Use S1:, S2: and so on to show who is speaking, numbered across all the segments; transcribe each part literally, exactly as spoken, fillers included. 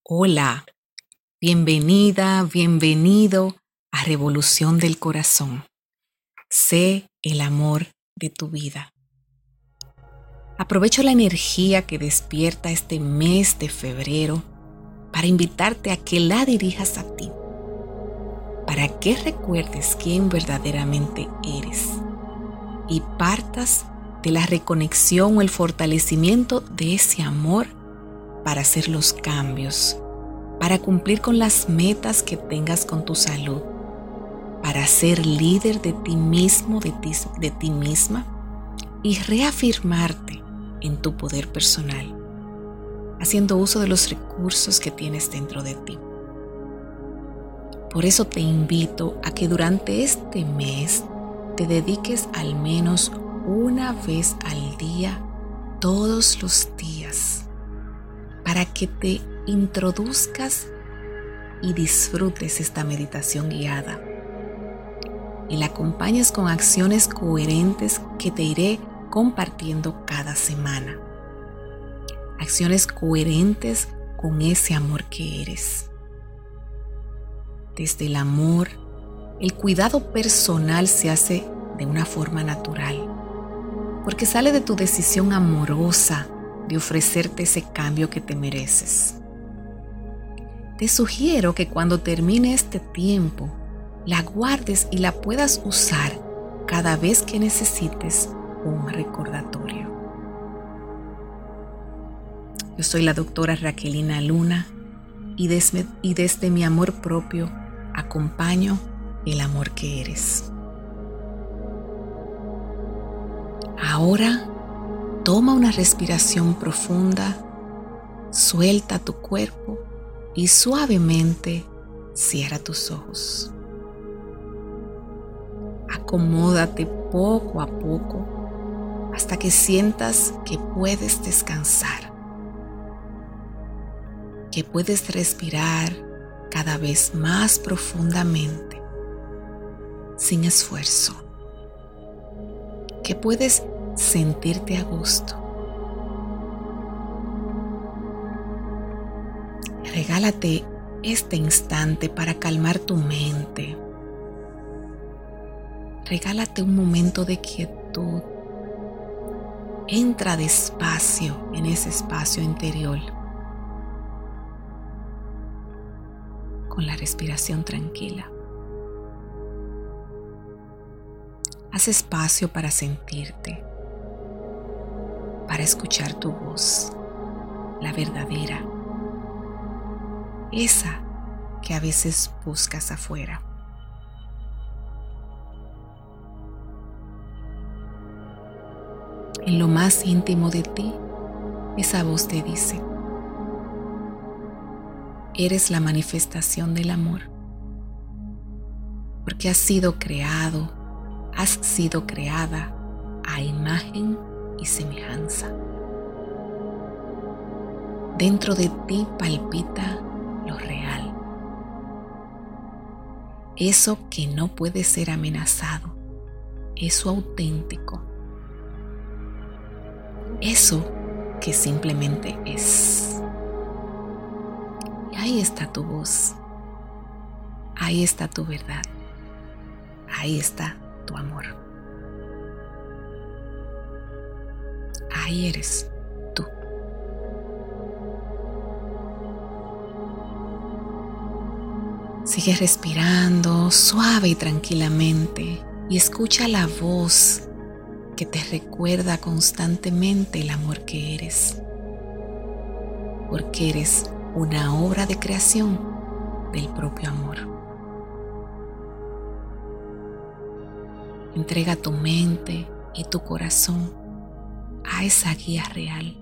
S1: Hola, bienvenida, bienvenido a Revolución del Corazón. Sé el amor de tu vida. Aprovecho la energía que despierta este mes de febrero para invitarte a que la dirijas a ti, para que recuerdes quién verdaderamente eres y partas de la reconexión o el fortalecimiento de ese amor para hacer los cambios, para cumplir con las metas que tengas con tu salud, para ser líder de ti mismo, de ti, de ti misma y reafirmarte en tu poder personal, haciendo uso de los recursos que tienes dentro de ti. Por eso te invito a que durante este mes te dediques al menos una vez al día, todos los días, para que te introduzcas y disfrutes esta meditación guiada y la acompañes con acciones coherentes que te iré compartiendo cada semana. Acciones coherentes con ese amor que eres. Desde el amor, el cuidado personal se hace de una forma natural, porque sale de tu decisión amorosa de ofrecerte ese cambio que te mereces. Te sugiero que cuando termine este tiempo, la guardes y la puedas usar cada vez que necesites un recordatorio. Yo soy la doctora Raquelina Luna y desde, y desde mi amor propio acompaño el amor que eres. Ahora, toma una respiración profunda, suelta tu cuerpo y suavemente cierra tus ojos. Acomódate poco a poco hasta que sientas que puedes descansar, que puedes respirar cada vez más profundamente, sin esfuerzo, que puedes sentirte a gusto. Regálate este instante para calmar tu mente. Regálate un momento de quietud. Entra despacio en ese espacio interior, con la respiración tranquila. Haz espacio para sentirte, para escuchar tu voz, la verdadera, esa que a veces buscas afuera. En lo más íntimo de ti, esa voz te dice: eres la manifestación del amor, porque has sido creado, has sido creada a imagen y semejanza. Dentro de ti palpita lo real, eso que no puede ser amenazado, eso auténtico, eso que simplemente es. Y ahí está tu voz, ahí está tu verdad, ahí está tu amor. Ahí eres tú. Sigue respirando suave y tranquilamente y escucha la voz que te recuerda constantemente el amor que eres, porque eres una obra de creación del propio amor. Entrega tu mente y tu corazón a esa guía real.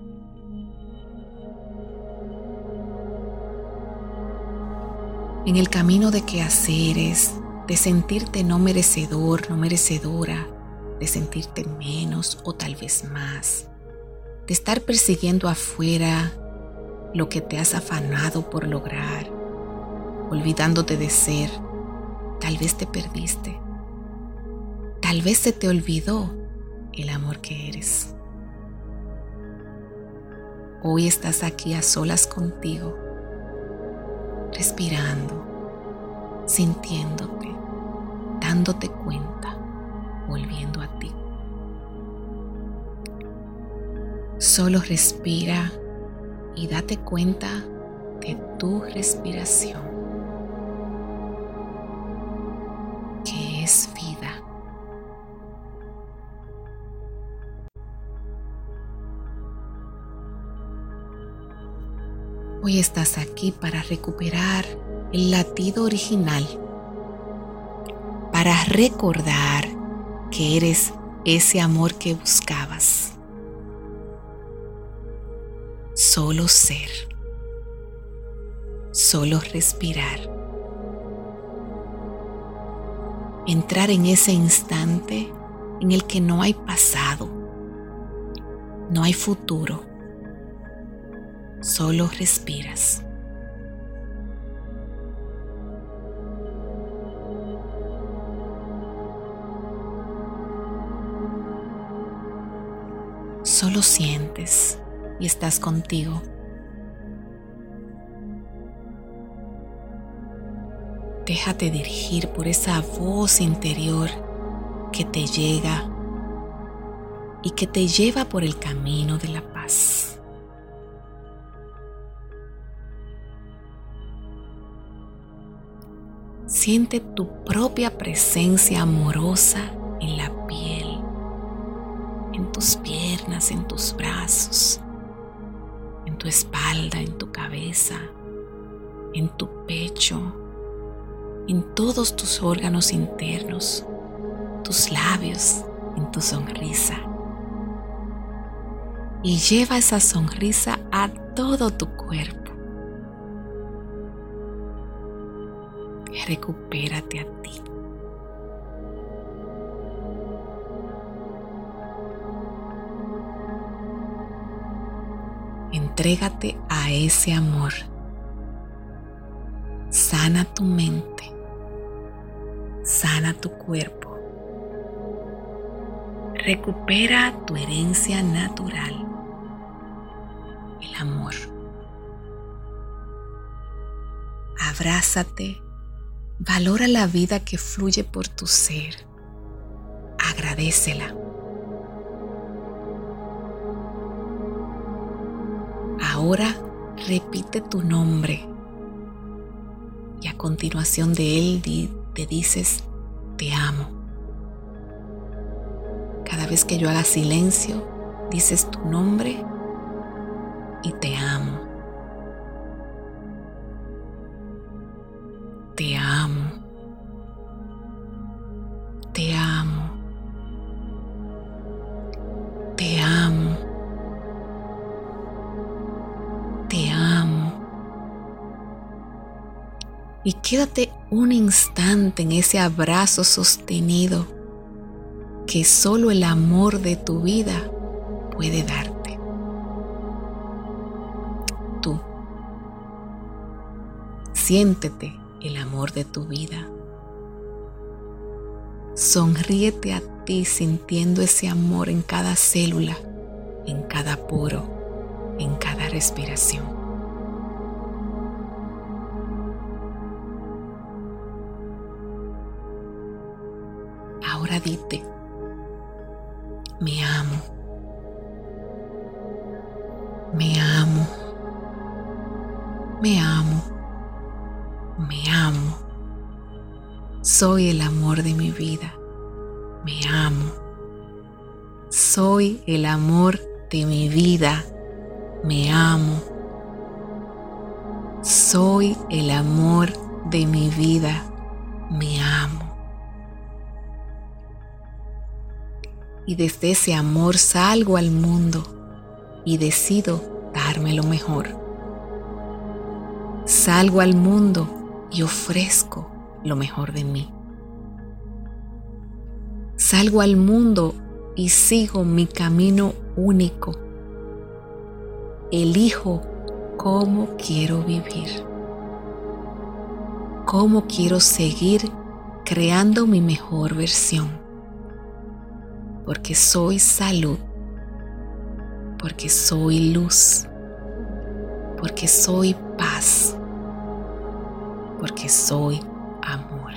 S1: En el camino de quehaceres, de sentirte no merecedor, no merecedora, de sentirte menos o tal vez más, de estar persiguiendo afuera lo que te has afanado por lograr, olvidándote de ser, tal vez te perdiste, tal vez se te olvidó el amor que eres. Hoy estás aquí a solas contigo respirando, sintiéndote, dándote cuenta, volviendo a ti. Solo respira y date cuenta de tu respiración, que es vida. Hoy estás aquí para recuperar el latido original, para recordar que eres ese amor que buscabas. Solo ser, solo respirar, entrar en ese instante en el que no hay pasado, no hay futuro. Solo respiras. Solo sientes y estás contigo. Déjate dirigir por esa voz interior que te llega y que te lleva por el camino de la paz. Siente tu propia presencia amorosa en la piel, en tus piernas, en tus brazos, en tu espalda, en tu cabeza, en tu pecho, en todos tus órganos internos, tus labios, en tu sonrisa. Y lleva esa sonrisa a todo tu cuerpo. Recupérate a ti. Entrégate a ese amor. Sana tu mente. Sana tu cuerpo. Recupera tu herencia natural, el amor. Abrázate. Valora la vida que fluye por tu ser. Agradécela. Ahora repite tu nombre y a continuación de él te dices, te amo. Cada vez que yo haga silencio, dices tu nombre y te amo. Te amo, te amo, te amo, te amo. Y quédate un instante en ese abrazo sostenido que solo el amor de tu vida puede darte. Tú, siéntete el amor de tu vida. Sonríete a ti sintiendo ese amor en cada célula, en cada poro, en cada respiración. Ahora dite, me amo, me amo, me amo. Me amo. Soy el amor de mi vida. Me amo. Soy el amor de mi vida. Me amo. Soy el amor de mi vida. Me amo. Y desde ese amor salgo al mundo y decido darme lo mejor. Salgo al mundo y ofrezco lo mejor de mí. Salgo al mundo y sigo mi camino único. Elijo cómo quiero vivir, cómo quiero seguir creando mi mejor versión, porque soy salud, porque soy luz, porque soy paz, porque soy amor.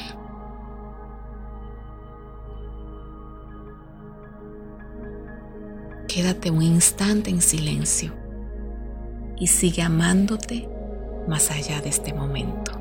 S1: Quédate un instante en silencio y sigue amándote más allá de este momento.